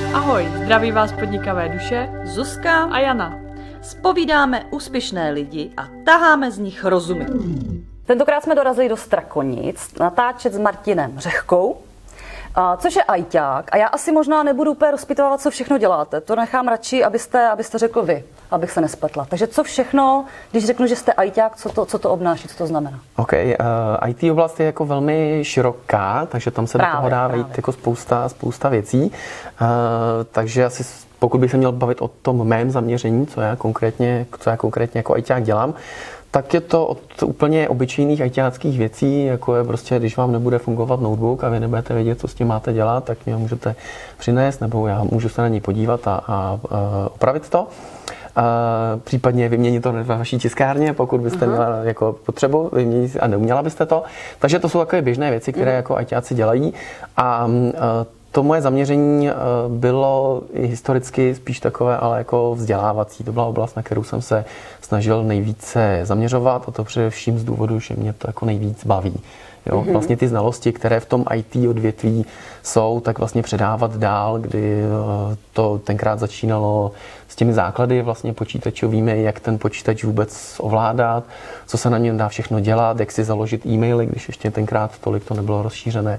Ahoj, zdraví vás podnikavé duše Zuzka a Jana. Zpovídáme úspěšné lidi a taháme z nich rozumy. Tentokrát jsme dorazili do Strakonic natáčet s Martinem Řehkou, což je ajťák. A já asi možná nebudu úplně rozpitovat, co všechno děláte. To nechám radši, abyste řekl vy, abych se nespletla. Takže co všechno, když řeknu, že jste ajťák, co to obnáší, co to znamená? OK, IT oblast je jako velmi široká, takže tam se do toho dá vejít jako spousta věcí. Takže asi pokud bych se měl bavit o tom mém zaměření, co já konkrétně jako ajťák dělám, tak je to od úplně obyčejných ajťáckých věcí, jako je prostě, když vám nebude fungovat notebook a vy nebudete vědět, co s tím máte dělat, tak mě ho můžete přinést, nebo já můžu se na něj podívat a opravit to. Případně vyměnit to ve vaší tiskárně, pokud byste měla jako potřebu vyměnit a neuměla byste to. Takže to jsou takové běžné věci, které jako ajťáci dělají. A to moje zaměření bylo i historicky spíš takové, ale jako vzdělávací. To byla oblast, na kterou jsem se snažil nejvíce zaměřovat, a to především z důvodu, že mě to jako nejvíc baví. Jo, vlastně ty znalosti, které v tom IT odvětví jsou, tak vlastně předávat dál, kdy to tenkrát začínalo s těmi základy vlastně počítačovými, jak ten počítač vůbec ovládat, co se na něm dá všechno dělat, jak si založit e-maily, když ještě tenkrát tolik to nebylo rozšířené.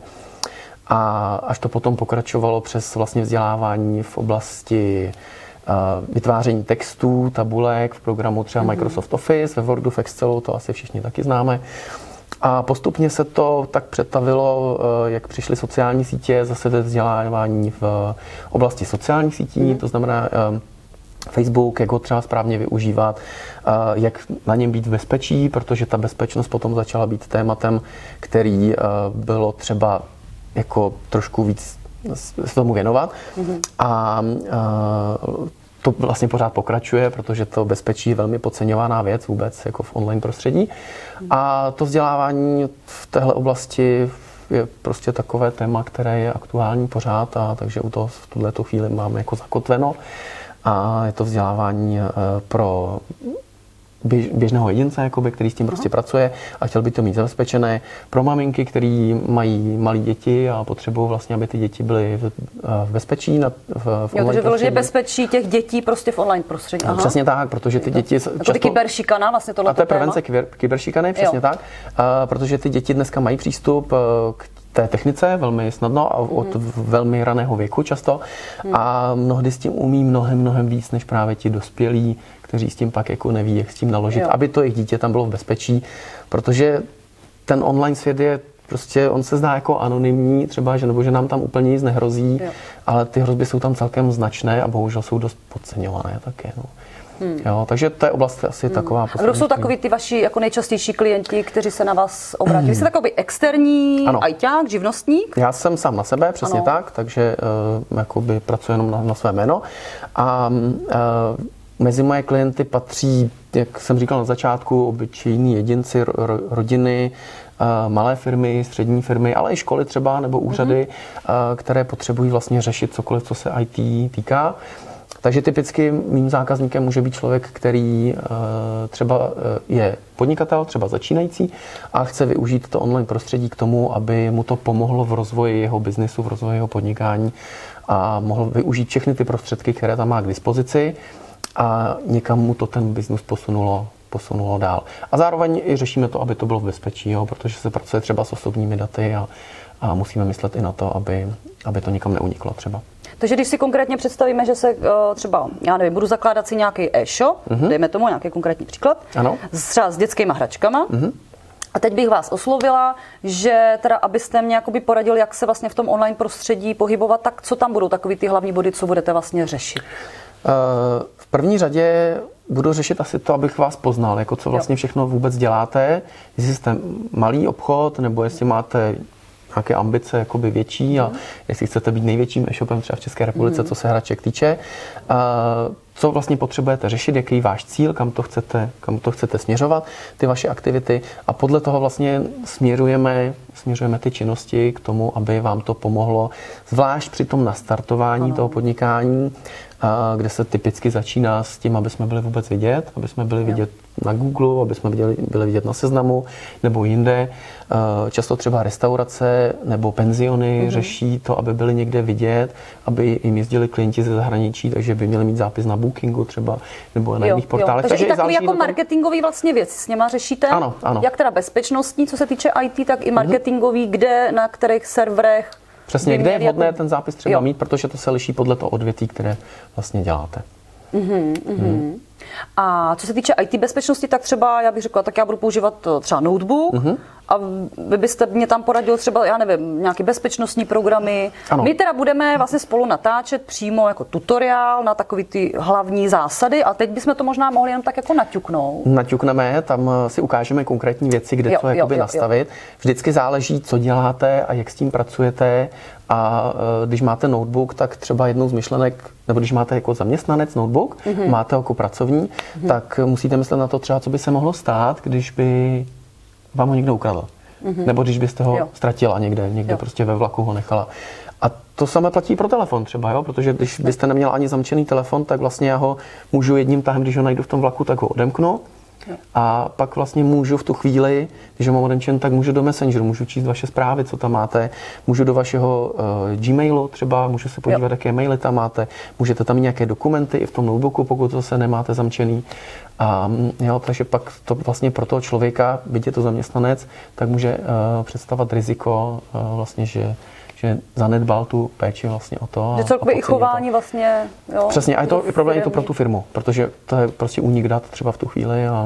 A až to potom pokračovalo přes vlastně vzdělávání v oblasti vytváření textů, tabulek v programu třeba Microsoft Office, ve Wordu, v Excelu, to asi všichni taky známe. A postupně se to tak přetavilo, jak přišly sociální sítě, zase ve vzdělávání v oblasti sociálních sítí, to znamená Facebook, jak ho třeba správně využívat, jak na něm být v bezpečí, protože ta bezpečnost potom začala být tématem, který bylo třeba jako trošku víc se tomu věnovat. A to vlastně pořád pokračuje, protože to bezpečí je velmi podceňovaná věc vůbec jako v online prostředí. A to vzdělávání v téhle oblasti je prostě takové téma, které je aktuální pořád, a takže u toho v tuto chvíli máme jako zakotveno. A je to vzdělávání pro běžného jedince, jakoby, který s tím prostě pracuje a chtěl by to mít zabezpečené. Pro maminky, který mají malé děti a potřebují vlastně, aby ty děti byly v bezpečí v online prostředí. Takže vyloženě bezpečí těch dětí prostě v online prostředí. Aha. Přesně tak, protože ty děti často... kyberšikana, vlastně tohleto téma. A to je prevence kyberšikany, přesně tak. Protože ty děti dneska mají přístup k té technice velmi snadno a od velmi raného věku často. A mnohdy s tím umí mnohem víc než právě ti dospělí, kteří s tím pak jako neví, jak s tím naložit, aby to jejich dítě tam bylo v bezpečí, protože ten online svět je prostě, on se zdá jako anonymní třeba, nebo že nám tam úplně nic nehrozí, ale ty hrozby jsou tam celkem značné a bohužel jsou dost podceňované také. No. Jo, takže to je oblast asi taková. A kdo jsou takový ty vaši jako nejčastější klienti, kteří se na vás obrátí? Vy jste takový externí ajťák, živnostník? Já jsem sám na sebe, přesně tak, takže jakoby pracuji jenom na své jméno. A mezi moje klienty patří, jak jsem říkal na začátku, obyčejní jedinci, rodiny, malé firmy, střední firmy, ale i školy třeba nebo úřady, které potřebují vlastně řešit cokoliv, co se IT týká. Takže typicky mým zákazníkem může být člověk, který třeba je podnikatel, třeba začínající a chce využít to online prostředí k tomu, aby mu to pomohlo v rozvoji jeho biznesu, v rozvoji jeho podnikání a mohl využít všechny ty prostředky, které tam má k dispozici a někam mu to ten biznis posunulo dál. A zároveň i řešíme to, aby to bylo v bezpečí, jo, protože se pracuje třeba s osobními daty a musíme myslet i na to, aby to nikam neuniklo třeba. Takže když si konkrétně představíme, že se třeba, já nevím, budu zakládat si nějaký e-shop, dejme tomu nějaký konkrétní příklad, třeba s dětskýma hračkama, a teď bych vás oslovila, že teda abyste mě jakoby poradili, jak se vlastně v tom online prostředí pohybovat, tak co tam budou takový ty hlavní body, co budete vlastně řešit? V první řadě budu řešit asi to, abych vás poznal, jako co vlastně všechno vůbec děláte, jestli jste malý obchod, nebo jestli máte nějaké ambice jakoby větší a jestli chcete být největším e-shopem třeba v České republice, co se hraček týče. Co vlastně potřebujete řešit, jaký je váš cíl, kam to chcete směřovat, ty vaše aktivity a podle toho vlastně směrujeme směřujeme ty činnosti k tomu, aby vám to pomohlo, zvlášť při tom nastartování toho podnikání, kde se typicky začíná s tím, aby jsme byli vůbec vidět, aby jsme byli vidět na Google, aby jsme byli vidět na Seznamu nebo jinde. Často třeba restaurace nebo penziony řeší to, aby byli někde vidět, aby jim jezdili klienti ze zahraničí, takže by měli mít zápis na Bookingu třeba nebo na jiných portálech. Takže i takový jako marketingový vlastně věc s něma řešíte? Ano. Jak teda bezpečnostní, co se týče IT, tak i marketingový, kde, na kterých serverech? Přesně, kde je vhodné ten zápis třeba mít, protože to se liší podle toho odvětví, které vlastně děláte. A co se týče IT bezpečnosti, tak třeba já bych řekla, tak já budu používat třeba notebook a vy byste mě tam poradil třeba, já nevím, nějaké bezpečnostní programy. Ano. My teda budeme vlastně spolu natáčet přímo jako tutoriál na takový ty hlavní zásady a teď bychom to možná mohli jenom tak jako naťuknout. Naťukneme, tam si ukážeme konkrétní věci, kde to jakoby nastavit. Vždycky záleží, co děláte a jak s tím pracujete. A když máte notebook, tak třeba jednou z myšlenek, nebo když máte jako zaměstnanec notebook, máte jako pracovní, tak musíte myslet na to třeba, co by se mohlo stát, když by vám ho někdo ukradl. Nebo když byste ho ztratila někde prostě ve vlaku ho nechala. A to samé platí pro telefon třeba, jo? Protože když byste neměla ani zamčený telefon, tak vlastně já ho můžu jedním tahem, když ho najdu v tom vlaku, tak ho odemknu. A pak vlastně můžu v tu chvíli, když ho mám odemčen, tak můžu do Messengeru, můžu číst vaše zprávy, co tam máte, můžu do vašeho Gmailu třeba, můžu se podívat, jaké maily tam máte, můžete tam mít nějaké dokumenty i v tom notebooku, pokud to se nemáte zamčený. A takže pak to vlastně pro toho člověka, byť je to zaměstnanec, tak může představovat riziko vlastně, že zanedbal tu péči vlastně o to. Že celkově i chování to vlastně. Jo, přesně, a je to problém i to pro tu firmu, protože to je prostě únik dat třeba v tu chvíli a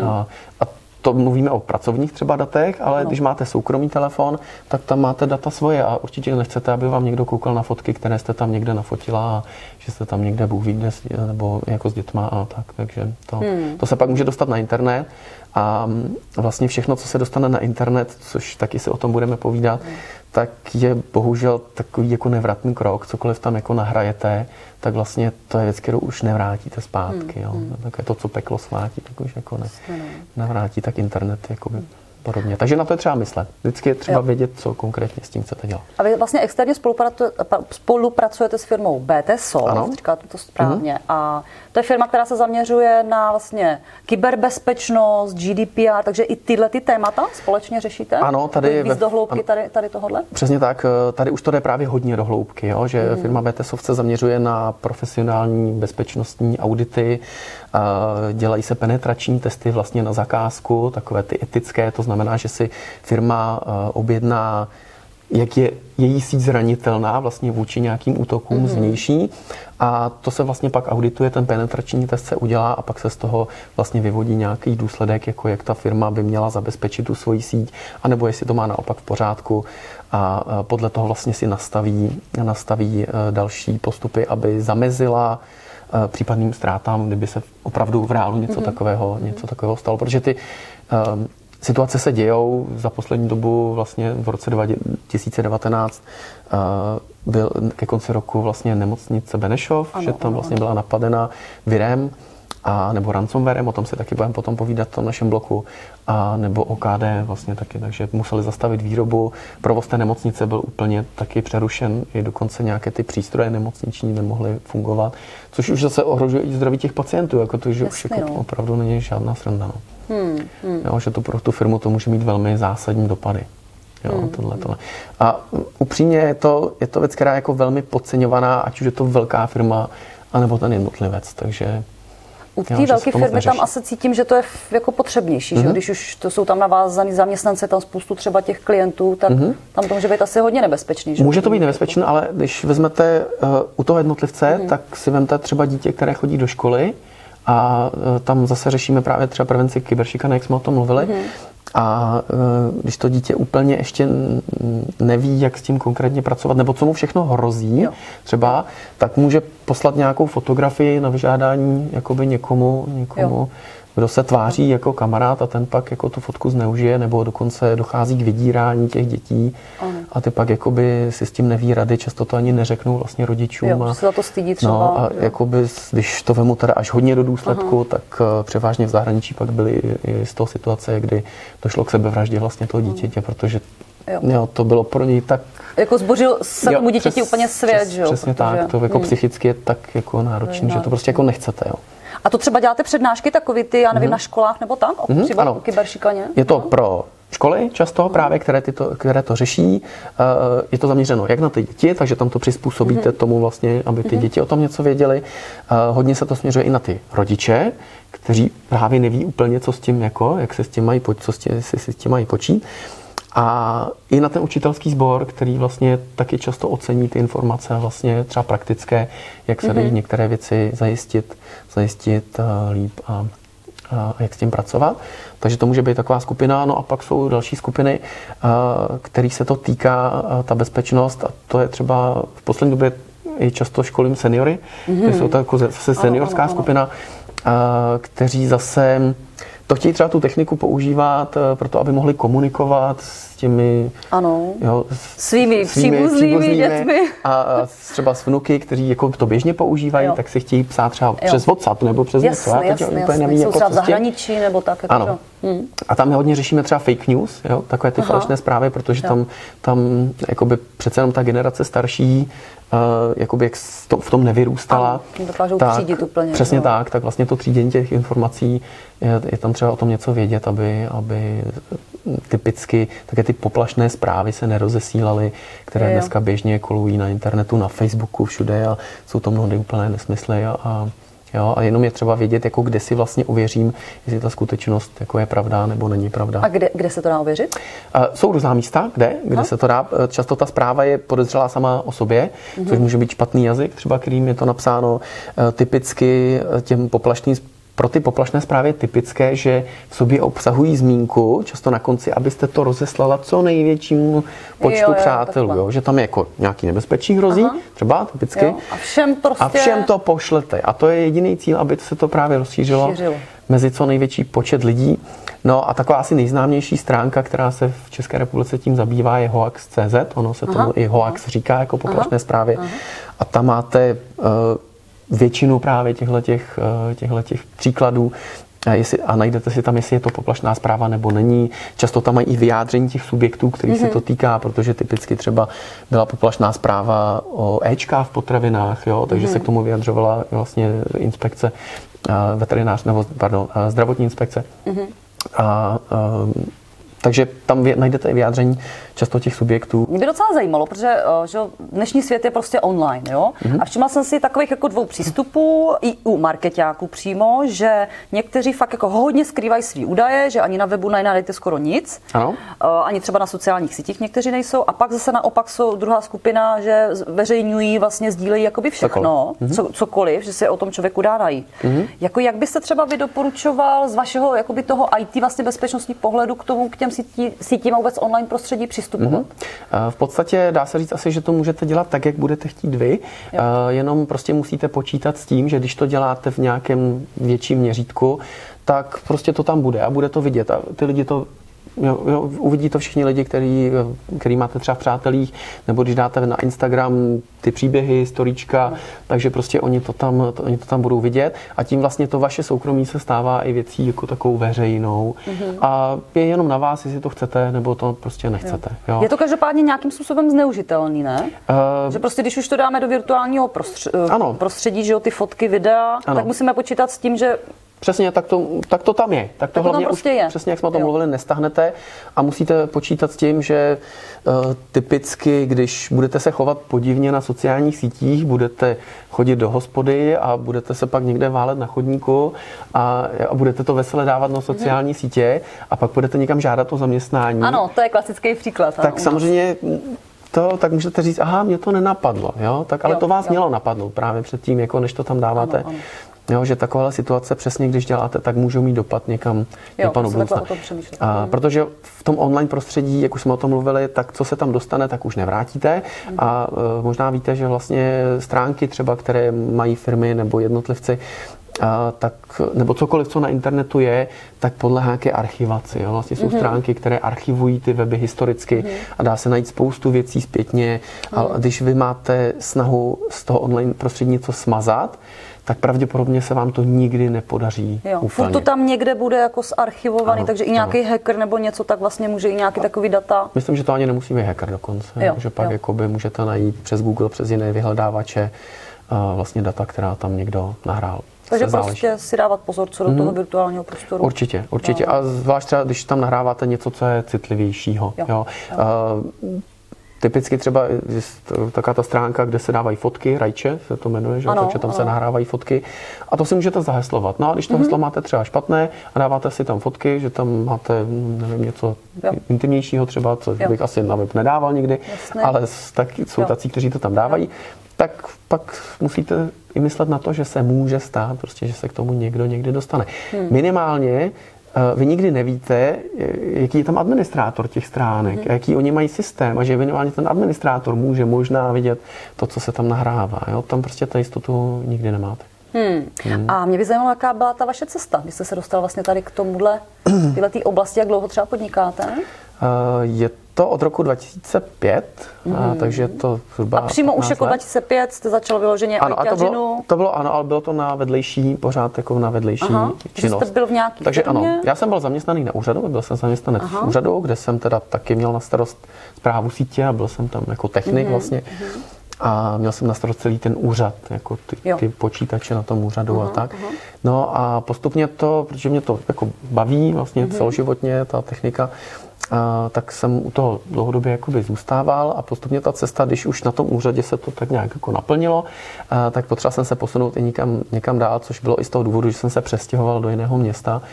to mluvíme o pracovních třeba datech, ale když máte soukromý telefon, tak tam máte data svoje a určitě nechcete, aby vám někdo koukal na fotky, které jste tam někde nafotila a že jste tam někde Bůh ví kde, nebo jako s dětma a tak. Takže to se pak může dostat na internet a vlastně všechno, co se dostane na internet, což taky si o tom budeme povídat, tak je bohužel takový jako nevratný krok. Cokoliv tam jako nahrajete, tak vlastně to je věc, kterou už nevrátíte zpátky. Jo. Tak je to, co peklo svátí, tak už jako nevrátí, tak internet jakoby podobně. Takže na to je třeba myslet. Vždycky je třeba vědět, co konkrétně s tím chcete dělat. A vy vlastně externě spolupracujete s firmou BT Soft, říkáte to správně. A to je firma, která se zaměřuje na vlastně kyberbezpečnost, GDPR, takže i tyhle ty témata společně řešíte? Ano, tady víc do hloubky tady tohodle? Přesně tak. Tady už to jde právě hodně do hloubky, jo? Že firma BT Soft se zaměřuje na profesionální bezpečnostní audity, dělají se penetrační testy vlastně na zakázku, takové ty etické, to znamená, že si firma objedná, jak je její síť zranitelná vlastně vůči nějakým útokům zvnější a to se vlastně pak audituje, ten penetrační test se udělá a pak se z toho vlastně vyvodí nějaký důsledek, jako jak ta firma by měla zabezpečit tu svoji síť, anebo jestli to má naopak v pořádku a podle toho vlastně si nastaví další postupy, aby zamezila případným ztrátám, kdyby se opravdu v reálu něco takového stalo, protože ty situace se dějou za poslední dobu, vlastně v roce 2019 byl ke konci roku vlastně nemocnice Benešov, že tam vlastně byla napadena virem nebo ransomwarem, o tom si taky budeme potom povídat v tom našem bloku, a nebo OKD vlastně taky, takže museli zastavit výrobu. Provoz té nemocnice byl úplně taky přerušen, i dokonce nějaké ty přístroje nemocniční nemohly fungovat, což už zase ohrožuje i zdraví těch pacientů, jako to, že už jako opravdu není žádná sranda. No. Jo, že to pro tu firmu to může mít velmi zásadní dopady. Jo, tohle. A upřímně je to věc, která je jako velmi podceňovaná, ať už je to velká firma, anebo ten jednotlivec, takže u té velké firmy tam asi cítím, že to je jako potřebnější, že když už to jsou tam navázaný zaměstnance, tam spoustu třeba těch klientů, tak tam to může být asi hodně nebezpečný. Že? Může to být nebezpečné, ale když vezmete u toho jednotlivce, tak si vemte třeba dítě, které chodí do školy a tam zase řešíme právě třeba prevenci kyberšikany, jak jsme o tom mluvili. A když to dítě úplně ještě neví, jak s tím konkrétně pracovat, nebo co mu všechno hrozí třeba, tak může poslat nějakou fotografii na vyžádání jakoby někomu, kdo se tváří jako kamarád a ten pak jako tu fotku zneužije, nebo dokonce dochází k vydírání těch dětí a ty pak jakoby si s tím neví rady, často to ani neřeknou vlastně rodičům. Jo, se za to stydí třeba. No a jakoby, když to vemu teda až hodně do důsledku, tak převážně v zahraničí pak byly i z toho situace, kdy došlo k sebevraždě vlastně toho dítěte, protože Jo, to bylo pro něj tak... Jako zbořil se tomu dítěti úplně svět, že jo? Přesně tak, to jako psychicky je tak jako náročný, že to prostě jako nechcete, jo. A to třeba děláte přednášky takový ty, já nevím, na školách nebo tak? O kyberšikaně? Je to pro školy často právě, které to řeší. Je to zaměřeno jak na ty děti, takže tam to přizpůsobíte tomu vlastně, aby ty děti o tom něco věděli. Hodně se to směřuje i na ty rodiče, kteří právě neví úplně, co s tím jako, jak se s tím mají, si s tím mají počít. A i na ten učitelský sbor, který vlastně taky často ocení ty informace vlastně třeba praktické, jak se dají některé věci zajistit líp a jak s tím pracovat. Takže to může být taková skupina, no a pak jsou další skupiny, kterých se to týká, ta bezpečnost, a to je třeba v poslední době i často školím seniory, to jsou to jako zase seniorská skupina, kteří zase to chtějí třeba tu techniku používat proto, aby mohli komunikovat s těmi svými příbuznými dětmi. A třeba s vnuky, kteří jako to běžně používají, tak si chtějí psát třeba přes WhatsApp nebo přes něco. Jasně. Jsou jako třeba v zahraničí nebo tak. Jako ano. A tam hodně řešíme třeba fake news, jo? Takové ty falešné zprávy, protože tam jakoby přece jenom ta generace starší jakoby jak v tom nevyrůstala. Dokážou třídit úplně. Přesně tak vlastně to třídění těch informací je tam třeba o tom něco vědět, aby typicky také ty poplašné zprávy se nerozesílaly, které dneska běžně kolují na internetu, na Facebooku, všude a jsou to mnohdy úplné nesmysly a jenom je třeba vědět, jako kde si vlastně ověřím, jestli ta skutečnost jako je pravda nebo není pravda. A kde se to dá ověřit? Jsou různá místa, kde se to dá. Často ta zpráva je podezřelá sama o sobě, což může být špatný jazyk, třeba kterým je to napsáno. Typicky pro ty poplašné zprávy je typické, že v sobě obsahují zmínku, často na konci, abyste to rozeslala co největšímu počtu přátelů. Jo? Že tam je jako nějaký nebezpečí hrozí, třeba typicky. A všem to pošlete. A to je jediný cíl, aby se to právě rozšířilo mezi co největší počet lidí. No a taková asi nejznámější stránka, která se v České republice tím zabývá, je hoax.cz. Ono se tomu i hoax říká jako poplašné zprávy. A tam máte většinu právě těchto příkladů a najdete si tam, jestli je to poplašná zpráva nebo není. Často tam mají i vyjádření těch subjektů, kterých se to týká, protože typicky třeba byla poplašná zpráva o Ečka v potravinách, jo, takže se k tomu vyjadřovala vlastně inspekce zdravotní inspekce. Takže tam najdete i vyjádření často těch subjektů. Mě by docela zajímalo, protože že dnešní svět je prostě online, jo? A všimla jsem si takových jako dvou přístupů i u markeťáků přímo, že někteří fakt jako hodně skrývají svý údaje, že ani na webu nenajdete skoro nic. Ano. Ani třeba na sociálních sítích někteří nejsou. A pak zase naopak jsou druhá skupina, že veřejňují, vlastně sdílejí jakoby všechno, cokoliv, že se o tom člověku dá najít. Jako jak byste třeba vy doporučoval z vašeho jakoby toho IT vlastně bezpečnostních pohledu k těm sítím a vůbec online prostředí přistupovat? V podstatě dá se říct asi, že to můžete dělat tak, jak budete chtít vy. Jenom prostě musíte počítat s tím, že když to děláte v nějakém větším měřítku, tak prostě to tam bude a bude to vidět. A ty lidi to uvidí to všichni lidi, který máte třeba v přátelích, nebo když dáte na Instagram ty příběhy, storíčka, takže prostě oni to tam budou vidět a tím vlastně to vaše soukromí se stává i věcí jako takovou veřejnou. A je jenom na vás, jestli to chcete, nebo to prostě nechcete. Jo. Je to každopádně nějakým způsobem zneužitelný, ne? Že prostě když už to dáme do virtuálního prostředí, že jo, ty fotky, videa, tak musíme počítat s tím, že přesně, tak to tam je. Tak to hlavně prostě je. Přesně jak jsme o tom mluvili, nestahnete a musíte počítat s tím, že typicky, když budete se chovat podivně na sociálních sítích, budete chodit do hospody a budete se pak někde válet na chodníku a budete to vesele dávat na sociální sítě a pak budete někam žádat o zaměstnání. Ano, to je klasický příklad. Tak samozřejmě tak můžete říct, aha, mě to nenapadlo, jo? Tak, ale to vás mělo napadnout právě předtím, jako než to tam dáváte. Ano. Jo, že taková situace přesně, když děláte, tak můžou mít dopad někam do budoucna. Protože v tom online prostředí, jak už jsme o tom mluvili, tak co se tam dostane, tak už nevrátíte. A možná víte, že vlastně stránky třeba, které mají firmy nebo jednotlivci, nebo cokoliv, co na internetu je, tak podléhá nějaké archivaci. Jo? Vlastně jsou stránky, které archivují ty weby historicky a dá se najít spoustu věcí zpětně. A když vy máte snahu z toho online prostředí něco smazat, tak pravděpodobně se vám to nikdy nepodaří úplně. Furt to tam někde bude jako zarchivovaný, ano, takže i nějaký hacker nebo něco, tak vlastně může i nějaký takový data. Myslím, že to ani nemusí být hacker dokonce, že pak jakoby můžete najít přes Google, přes jiné vyhledávače vlastně data, která tam někdo nahrál. Takže prostě si dávat pozor, co do toho virtuálního prostoru. Určitě. A zvlášť třeba, když tam nahráváte něco, co je citlivějšího. Jo. Typicky třeba taková ta stránka, kde se dávají fotky, Rajče se to jmenuje, že? Takže tam se nahrávají fotky a to si můžete zaheslovat. No a když to heslo máte třeba špatné a dáváte si tam fotky, že tam máte, nevím, něco intimnějšího třeba, co bych asi na web nedával nikdy, ale jsou tací, kteří to tam dávají, tak pak musíte i myslet na to, že se může stát, prostě, že se k tomu někdo někdy dostane. Minimálně vy nikdy nevíte, jaký je tam administrátor těch stránek, jaký oni mají systém a že minimálně ten administrátor může možná vidět to, co se tam nahrává. Jo? Tam prostě tu jistotu nikdy nemáte. A mě by zajímalo, jaká byla ta vaše cesta, když jste se dostal vlastně tady k tomuhle, tyhle oblasti, jak dlouho třeba podnikáte? Je to od roku 2005, takže to zhruba... A přímo už jako 2005 jste začal vyloženě ajťařinu? To bylo, ano, ale bylo to na vedlejší, pořád jako na vedlejší činnost. Jste byl v nějaký Takže firmě? Ano, já jsem byl zaměstnaný na úřadu, byl jsem zaměstnanec v úřadu, kde jsem teda taky měl na starost správu sítě a byl jsem tam jako technik vlastně. A měl jsem na starost celý ten úřad, jako ty počítače na tom úřadu a tak. No a postupně to, protože mě to jako baví vlastně celoživotně, ta technika, tak jsem u toho dlouhodobě jakoby zůstával a postupně ta cesta, když už na tom úřadě se to tak nějak jako naplnilo, tak potřeboval jsem se posunout i někam dál, což bylo i z toho důvodu, že jsem se přestěhoval do jiného města.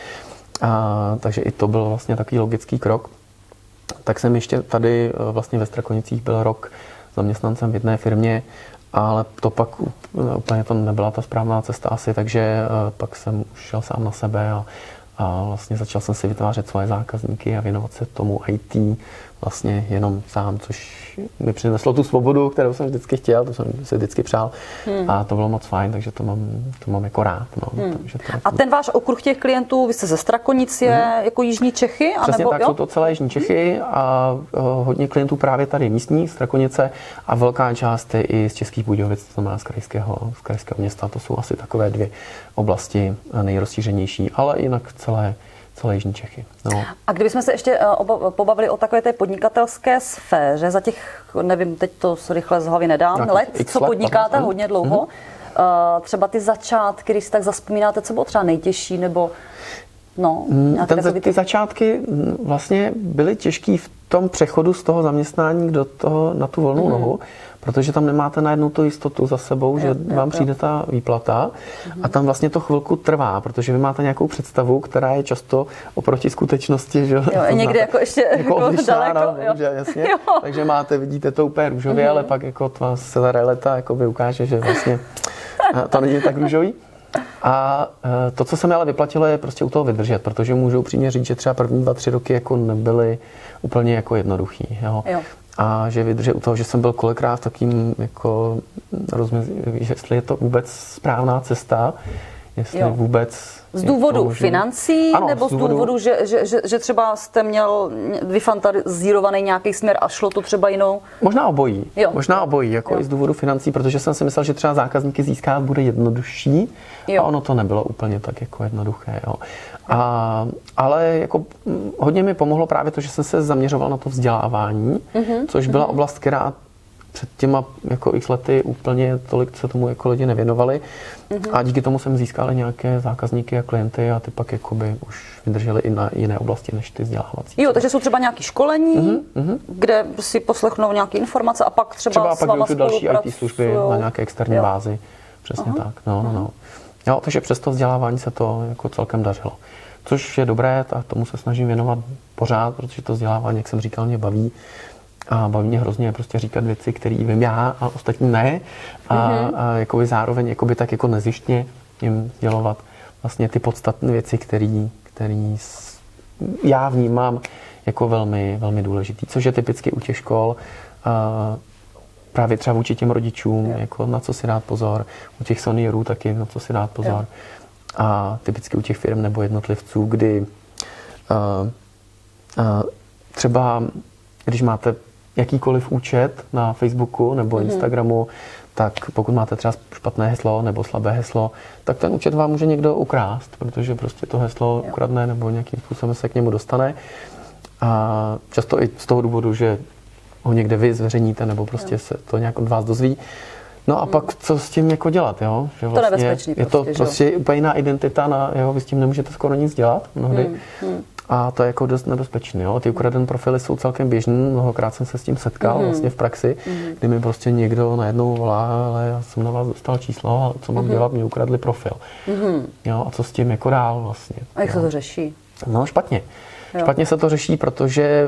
Takže i to byl vlastně takový logický krok. Tak jsem ještě tady vlastně ve Strakonicích byl rok zaměstnancem v jedné firmě, ale to pak úplně to nebyla ta správná cesta asi, takže pak jsem už šel sám na sebe a vlastně začal jsem si vytvářet svoje zákazníky a věnovat se tomu IT vlastně jenom sám, což mi přineslo tu svobodu, kterou jsem vždycky chtěl, to jsem si vždycky přál a to bylo moc fajn, takže to mám jako rád. No. Takže to a ten váš okruh těch klientů, vy jste ze Strakonic, je jako Jižní Čechy? Přesně tak, jsou to celé Jižní Čechy a hodně klientů právě tady místní, Strakonice a velká část je i z Českých Budějovic, to znamená z krajského města, to jsou asi takové dvě oblasti nejrozšířenější, ale jinak celé Jižní Čechy. No. A kdybychom se ještě pobavili o takové té podnikatelské sféře, za těch, nevím, teď to rychle z hlavy nedám, co podnikáte hodně dlouho, třeba ty začátky, když si tak zavzpomínáte, co bylo třeba nejtěžší, nebo ty začátky vlastně byly těžký v tom přechodu z toho zaměstnání na tu volnou nohu, protože tam nemáte najednou tu jistotu za sebou, že vám přijde ta výplata a tam vlastně to chvilku trvá, protože vy máte nějakou představu, která je často oproti skutečnosti, že někde jako ještě jako daleko. Jasně. Takže vidíte to úplně růžově, ale pak jako ta realita jako ukáže, že vlastně to není tak růžový. A to, co se mi ale vyplatilo, je prostě u toho vydržet, protože můžu upřímně říct, že třeba první 2-3 roky jako nebyly úplně jako jednoduchý. Jo. A že vydržet u toho, že jsem byl kolikrát v takým jako jestli je to vůbec správná cesta, jestli vůbec... Z důvodu financí, nebo z důvodu, že třeba jste měl vyfantazírovaný nějaký směr a šlo to třeba jinou? Možná obojí. I z důvodu financí, protože jsem si myslel, že třeba zákazníky získat bude jednodušší a ono to nebylo úplně tak jako jednoduché. Jo. Ale jako hodně mi pomohlo právě to, že jsem se zaměřoval na to vzdělávání, což byla oblast, která před těma jako x lety úplně tolik se tomu jako lidi nevěnovali a díky tomu jsem získal nějaké zákazníky a klienty a ty pak jakoby už vydrželi i na jiné oblasti než ty vzdělávací. Takže jsou třeba nějaké školení, kde si poslechnou nějaké informace a pak třeba s váma pak další IT služby na nějaké externí bázi. Přesně tak. Jo, takže přes to vzdělávání se to jako celkem dařilo. Což je dobré, a tomu se snažím věnovat pořád, protože to vzdělávání, jak jsem říkal, mě baví. A baví mě hrozně prostě říkat věci, které vím já a ostatní ne. A jakoby zároveň jakoby tak jako nezištně jim dělovat vlastně ty podstatné věci, které já vnímám jako velmi, velmi důležitý. Což je typicky u těch škol právě třeba vůči těm rodičům, jako na co si dát pozor. U těch seniorů taky na co si dát pozor. A typicky u těch firm nebo jednotlivců, kdy třeba když máte jakýkoliv účet na Facebooku nebo Instagramu, tak pokud máte třeba špatné heslo nebo slabé heslo, tak ten účet vám může někdo ukrást, protože prostě to heslo ukradne nebo nějakým způsobem se k němu dostane. A často i z toho důvodu, že ho někde vy zveřejníte nebo prostě se to nějak od vás dozví. No a pak co s tím jako dělat, jo? Že vlastně to nebezpečný je to prostě úplně jiná identita, vy s tím nemůžete skoro nic dělat mnohdy. A to je jako dost nebezpečné. Jo? Ty ukradené profily jsou celkem běžný, mnohokrát jsem se s tím setkal vlastně v praxi, kdy mi prostě někdo najednou volá, ale já jsem na vás dostal číslo, ale co mám dělat, mě ukradli profil. Jo? A co s tím jako dál vlastně. A jak se to řeší? No špatně. Špatně se to řeší, protože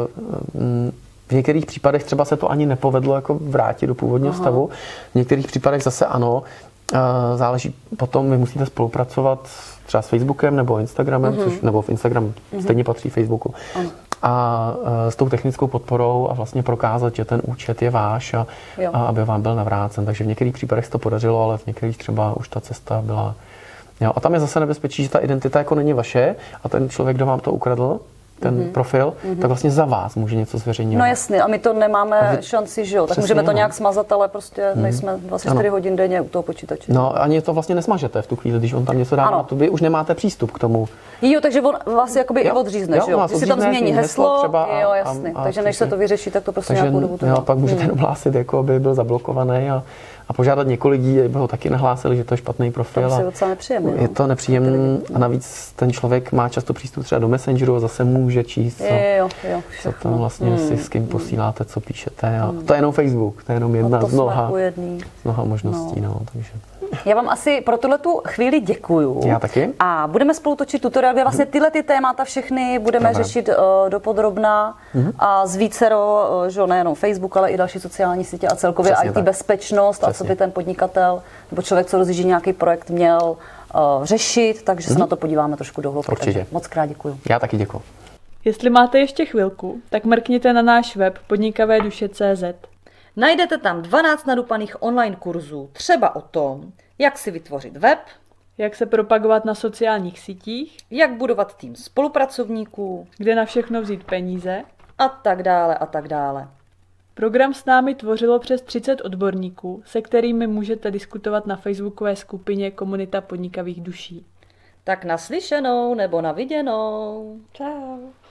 v některých případech třeba se to ani nepovedlo jako vrátit do původního stavu. V některých případech zase ano. Záleží potom, vy musíte spolupracovat třeba s Facebookem nebo Instagramem, nebo v Instagram stejně patří Facebooku. A s tou technickou podporou a vlastně prokázat, že ten účet je váš a aby vám byl navrácen. Takže v některých případech se to podařilo, ale v některých třeba už ta cesta byla. Jo, a tam je zase nebezpečí, že ta identita jako není vaše a ten člověk, kdo vám to ukradl, ten profil, tak vlastně za vás může něco zveřejňovat. No jasně, a my to nemáme šanci, že jo? Tak můžeme to nějak smazat, ale prostě nejsme 24 hodin denně u toho počítače. No ani to vlastně nesmažete v tu chvíli, když on tam něco dává, to vy už nemáte přístup k tomu. Jo, takže on vás jakoby i odřízne, že jo? Když si tam změní heslo třeba jo, jasně. Takže než se to vyřeší, tak to prostě nějakou dobu trvá. Jo, pak můžete hlásit, jako aby byl zablokovaný a požádat několik lidí, aby ho taky nahlásili, že to je špatný profil. To je docela nepříjemné. Je to nepříjemné a navíc ten člověk má často přístup třeba do Messengeru a zase může číst, co tam vlastně si s kým posíláte, co píšete. A to je jenom Facebook, to je jenom jedna z mnoha možností. No, takže. Já vám asi pro tuhletu chvíli děkuju. Já taky. A budeme spolu točit tutoriál, kde vlastně tyhle ty témata všechny budeme řešit dopodrobna a z vícero, že nejenom Facebook, ale i další sociální sítě a celkově IT bezpečnost a co by ten podnikatel nebo člověk, co rozjíždí nějaký projekt, měl řešit, takže se na to podíváme trošku do hloubky. Určitě. Moc krát děkuju. Já taky děkuju. Jestli máte ještě chvilku, tak mrkněte na náš web podnikavéduše.cz. Najdete tam 12 nadupaných online kurzů, třeba o tom, jak si vytvořit web, jak se propagovat na sociálních sítích, jak budovat tým spolupracovníků, kde na všechno vzít peníze a tak dále a tak dále. Program s námi tvořilo přes 30 odborníků, se kterými můžete diskutovat na facebookové skupině Komunita podnikavých duší. Tak naslyšenou nebo na viděnou. Čau.